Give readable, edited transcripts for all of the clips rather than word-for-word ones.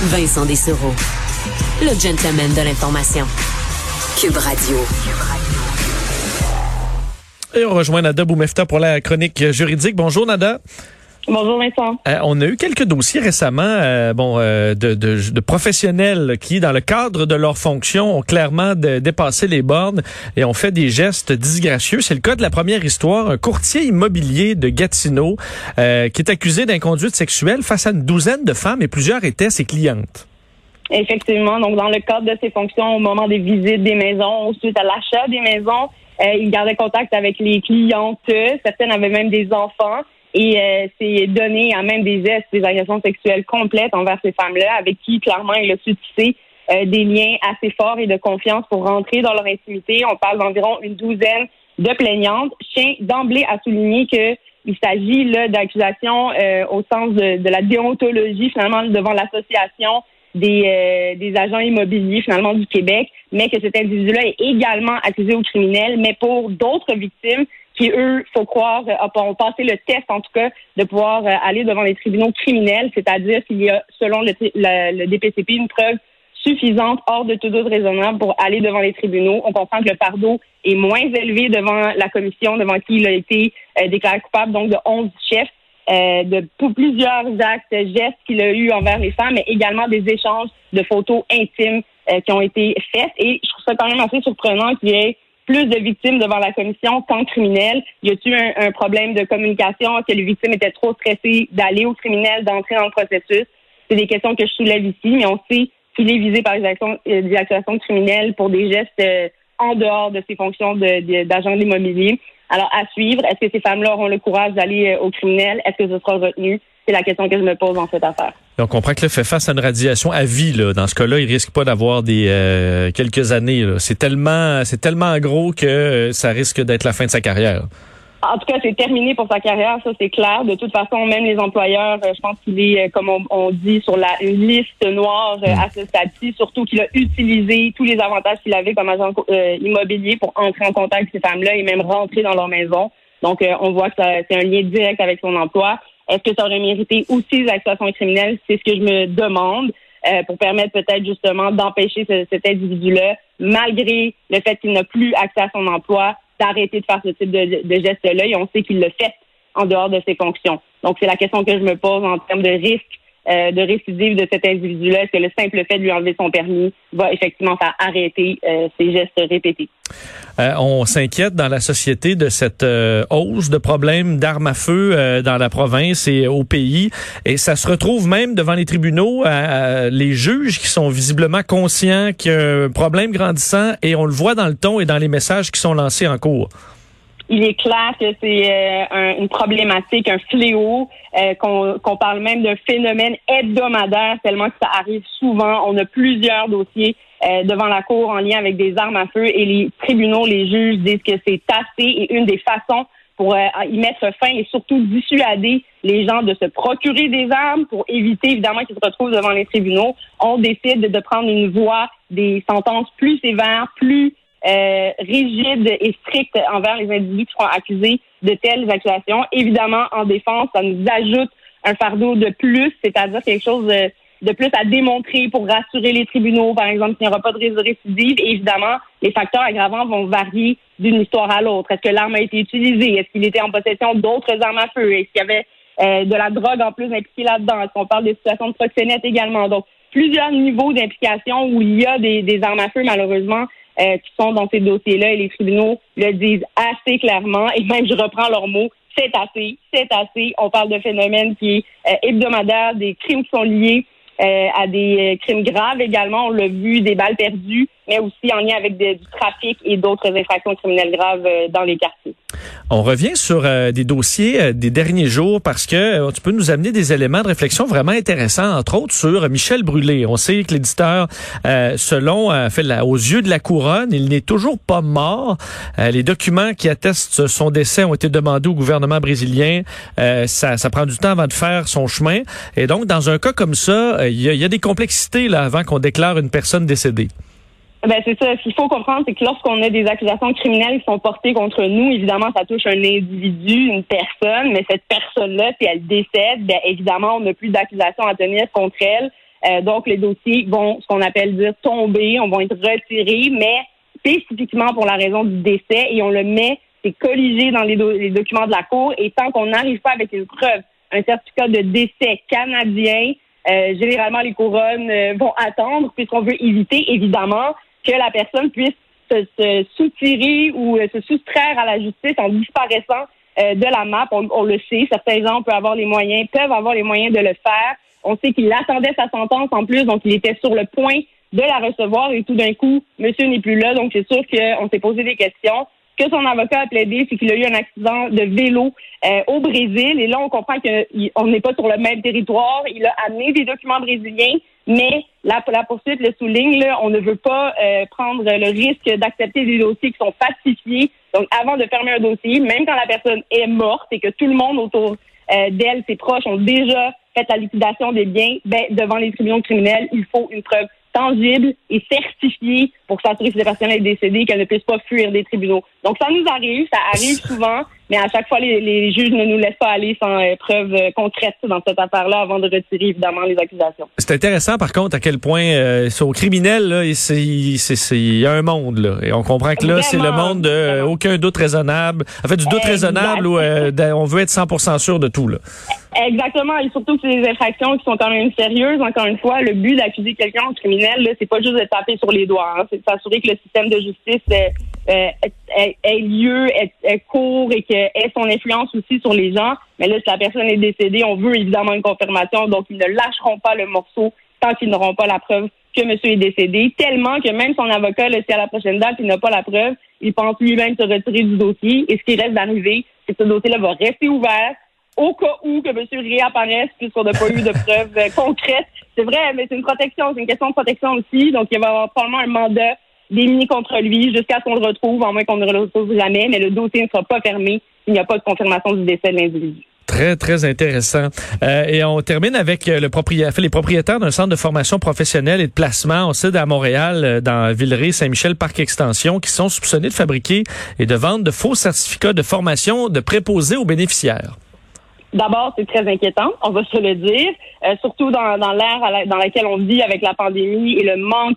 Vincent Dessereau, le gentleman de l'information. Cube Radio. Et on rejoint Nada Boumefta pour la chronique juridique. Bonjour Nada. Bonjour Vincent. On a eu quelques dossiers récemment de professionnels qui, dans le cadre de leurs fonctions, ont clairement dépassé les bornes et ont fait des gestes disgracieux. C'est le cas de la première histoire, un courtier immobilier de Gatineau qui est accusé d'inconduite sexuelle face à une douzaine de femmes et plusieurs étaient ses clientes. Effectivement, donc dans le cadre de ses fonctions au moment des visites des maisons, suite à l'achat des maisons, il gardait contact avec les clientes, certaines avaient même des enfants. Et c'est donné à même des gestes, des agressions sexuelles complètes envers ces femmes-là, avec qui, clairement, il a su tisser des liens assez forts et de confiance pour rentrer dans leur intimité. On parle d'environ une douzaine de plaignantes. Je tiens d'emblée à souligner qu'il s'agit là d'accusations au sens de la déontologie, finalement, devant l'association des agents immobiliers, finalement, du Québec, mais que cet individu-là est également accusé au criminel, mais pour d'autres victimes qui, eux, faut croire, ont passé le test, en tout cas, de pouvoir aller devant les tribunaux criminels, c'est-à-dire qu'il y a, selon le DPCP, une preuve suffisante, hors de tout doute raisonnable, pour aller devant les tribunaux. On comprend que le fardeau est moins élevé devant la commission, devant qui il a été déclaré coupable, donc de 11 chefs, pour plusieurs actes, gestes qu'il a eu envers les femmes, mais également des échanges de photos intimes qui ont été faites. Et je trouve ça quand même assez surprenant qu'il y ait plus de victimes devant la commission qu'en criminel. Y a-t-il un problème de communication? Est-ce que les victimes étaient trop stressées d'aller au criminel, d'entrer dans le processus? C'est des questions que je soulève ici, mais on sait qu'il est visé par des accusations criminelles pour des gestes en dehors de ses fonctions d'agent immobilier. Alors, à suivre, est-ce que ces femmes-là auront le courage d'aller au criminel? Est-ce que ce sera retenu? C'est la question que je me pose dans cette affaire. On comprend que là, fait face à une radiation à vie. Là. Dans ce cas-là, il risque pas d'avoir des quelques années. Là. C'est tellement gros que ça risque d'être la fin de sa carrière. En tout cas, c'est terminé pour sa carrière, ça c'est clair. De toute façon, même les employeurs, je pense qu'il est, comme on dit, sur une liste noire à ce stade-ci, surtout qu'il a utilisé tous les avantages qu'il avait comme agent immobilier pour entrer en contact avec ces femmes-là et même rentrer dans leur maison. Donc, on voit que c'est un lien direct avec son emploi. Est-ce que ça aurait mérité aussi des accusations criminelles? C'est ce que je me demande pour permettre peut-être justement d'empêcher cet individu-là, malgré le fait qu'il n'a plus accès à son emploi, d'arrêter de faire ce type de geste-là. Et on sait qu'il le fait en dehors de ses fonctions. Donc, c'est la question que je me pose en termes de risque de récidive de cet individu-là. Est-ce que le simple fait de lui enlever son permis va effectivement faire arrêter ces gestes répétés? On s'inquiète dans la société de cette hausse de problèmes d'armes à feu dans la province et au pays. Et ça se retrouve même devant les tribunaux, les juges qui sont visiblement conscients qu'il y a un problème grandissant et on le voit dans le ton et dans les messages qui sont lancés en cours. Il est clair que c'est une problématique, un fléau, qu'on parle même d'un phénomène hebdomadaire tellement que ça arrive souvent. On a plusieurs dossiers devant la cour en lien avec des armes à feu et les tribunaux, les juges disent que c'est assez et une des façons pour y mettre fin et surtout dissuader les gens de se procurer des armes pour éviter évidemment qu'ils se retrouvent devant les tribunaux. On décide de prendre une voie des sentences plus sévères, plus rigide et stricte envers les individus qui seront accusés de telles accusations. Évidemment, en défense, ça nous ajoute un fardeau de plus, c'est-à-dire quelque chose de plus à démontrer pour rassurer les tribunaux, par exemple, qu'il n'y aura pas de récidive. Et évidemment, les facteurs aggravants vont varier d'une histoire à l'autre. Est-ce que l'arme a été utilisée? Est-ce qu'il était en possession d'autres armes à feu? Est-ce qu'il y avait de la drogue en plus impliquée là-dedans? Est-ce qu'on parle des situations de proxénète également? Donc, plusieurs niveaux d'implication où il y a des armes à feu, malheureusement, qui sont dans ces dossiers-là et les tribunaux le disent assez clairement et même je reprends leurs mots, c'est assez. On parle de phénomènes qui est hebdomadaire, des crimes qui sont liés à des crimes graves également, on l'a vu, des balles perdues, mais aussi en lien avec du trafic et d'autres infractions criminelles graves dans les quartiers. On revient sur des dossiers des derniers jours parce que tu peux nous amener des éléments de réflexion vraiment intéressants, entre autres sur Michel Brûlé. On sait que l'éditeur, aux yeux de la couronne, il n'est toujours pas mort. Les documents qui attestent son décès ont été demandés au gouvernement brésilien. Ça prend du temps avant de faire son chemin. Et donc, dans un cas comme ça, il y a des complexités là avant qu'on déclare une personne décédée. Ben c'est ça. Ce qu'il faut comprendre, c'est que lorsqu'on a des accusations criminelles qui sont portées contre nous, évidemment, ça touche un individu, une personne, mais cette personne-là, si elle décède, ben évidemment, on n'a plus d'accusations à tenir contre elle. Donc, les dossiers vont, ce qu'on appelle dire, tomber, vont être retirés, mais spécifiquement pour la raison du décès, et on le met, c'est colligé dans les documents de la Cour, et tant qu'on n'arrive pas avec une preuve, un certificat de décès canadien, généralement les couronnes vont attendre, puisqu'on veut éviter, évidemment, que la personne puisse se soutirer ou se soustraire à la justice en disparaissant de la map. On le sait, certains gens peuvent avoir les moyens de le faire. On sait qu'il attendait sa sentence en plus, donc il était sur le point de la recevoir et tout d'un coup, monsieur n'est plus là. Donc c'est sûr qu'on s'est posé des questions. Ce que son avocat a plaidé, c'est qu'il a eu un accident de vélo au Brésil. Et là, on comprend qu'on n'est pas sur le même territoire. Il a amené des documents brésiliens, mais la poursuite le souligne, là, on ne veut pas prendre le risque d'accepter des dossiers qui sont falsifiés. Donc, avant de fermer un dossier, même quand la personne est morte et que tout le monde autour d'elle, ses proches, ont déjà fait la liquidation des biens, devant les tribunaux criminels, il faut une preuve tangible et certifiée pour s'assurer que cette personne est décédée et qu'elle ne puisse pas fuir des tribunaux. Donc, ça nous arrive, ça arrive souvent, mais à chaque fois, les juges ne nous laissent pas aller sans preuve concrète dans cette affaire-là avant de retirer, évidemment, les accusations. C'est intéressant, par contre, à quel point, au criminel, là, il y a un monde, là. Et on comprend que là, vraiment, c'est le monde de aucun doute raisonnable. En fait, du doute raisonnable où on veut être 100% sûr de tout, là. Exactement, et surtout que c'est des infractions qui sont quand même sérieuses. Encore une fois, le but d'accuser quelqu'un en criminel, là, c'est pas juste de taper sur les doigts, hein. C'est de s'assurer que le système de justice ait lieu, ait cours et qu'ait son influence aussi sur les gens. Mais là, si la personne est décédée, on veut évidemment une confirmation, donc ils ne lâcheront pas le morceau tant qu'ils n'auront pas la preuve que monsieur est décédé, tellement que même son avocat, là, si à la prochaine date, il n'a pas la preuve, il pense lui-même se retirer du dossier, et ce qui reste d'arriver, c'est que ce dossier-là va rester ouvert au cas où que monsieur réapparaisse puisqu'on n'a pas eu de preuves concrètes. C'est vrai, mais c'est une protection, c'est une question de protection aussi. Donc, il va y avoir probablement un mandat démis contre lui jusqu'à ce qu'on le retrouve, en moins qu'on ne le retrouve jamais, mais le dossier ne sera pas fermé s'il n'y a pas de confirmation du décès de l'individu. Très, très intéressant. Et on termine avec les propriétaires d'un centre de formation professionnelle et de placement, on sait, à Montréal, dans Villeray, Saint-Michel, Parc Extension, qui sont soupçonnés de fabriquer et de vendre de faux certificats de formation de préposés aux bénéficiaires. D'abord, c'est très inquiétant, on va se le dire, surtout dans l'ère dans laquelle on vit avec la pandémie et le manque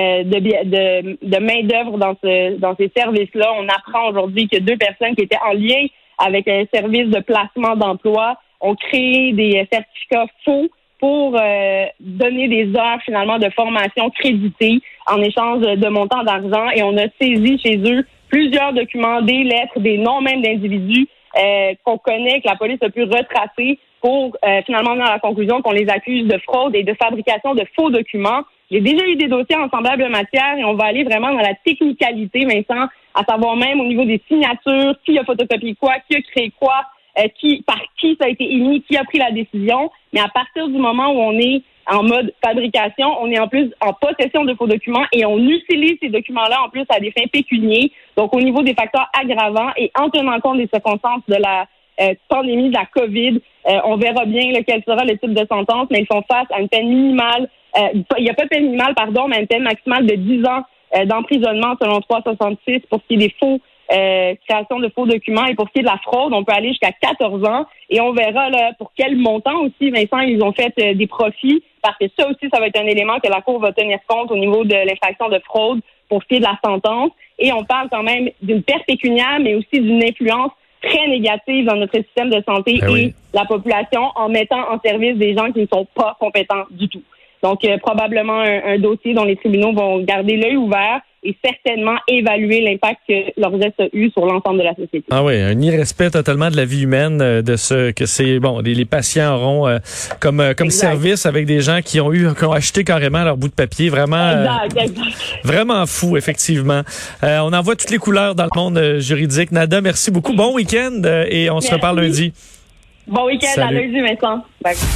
de main-d'œuvre dans ces services-là. On apprend aujourd'hui que 2 personnes qui étaient en lien avec un service de placement d'emploi ont créé des certificats faux pour donner des heures finalement de formation créditées en échange de montants d'argent. Et on a saisi chez eux plusieurs documents, des lettres, des noms même d'individus qu'on connaît, que la police a pu retracer pour finalement venir à la conclusion qu'on les accuse de fraude et de fabrication de faux documents. Il y a déjà eu des dossiers en semblable matière et on va aller vraiment dans la technicalité, Vincent, à savoir même au niveau des signatures, qui a photocopié quoi, qui a créé quoi, par qui ça a été émis, qui a pris la décision. Mais à partir du moment où on est en mode fabrication, on est en plus en possession de faux documents et on utilise ces documents-là en plus à des fins pécuniaires. Donc, au niveau des facteurs aggravants et en tenant compte des circonstances de la pandémie de la COVID, on verra bien quel sera le type de sentence, mais ils font face à une peine minimale. Il n'y a pas de peine minimale, mais une peine maximale de 10 ans d'emprisonnement selon 366 pour ce qui est des faux création de faux documents. Et pour ce qui est de la fraude, on peut aller jusqu'à 14 ans. Et on verra là pour quel montant aussi, Vincent, ils ont fait des profits, parce que ça aussi, ça va être un élément que la Cour va tenir compte au niveau de l'infraction de fraude pour ce qui est de la sentence. Et on parle quand même d'une perte pécuniaire, mais aussi d'une influence très négative dans notre système de santé et la population en mettant en service des gens qui ne sont pas compétents du tout. Donc, probablement un dossier dont les tribunaux vont garder l'œil ouvert et certainement évaluer l'impact que leur geste a eu sur l'ensemble de la société. Ah oui, un irrespect totalement de la vie humaine, de ce que c'est les patients auront comme service avec des gens qui ont acheté carrément leur bout de papier, vraiment exact. Vraiment fou, effectivement. On en voit toutes les couleurs dans le monde juridique. Nada, merci beaucoup. Bon week-end et on se reparle lundi. Bon week-end. Salut. À lundi, Vincent. Bye.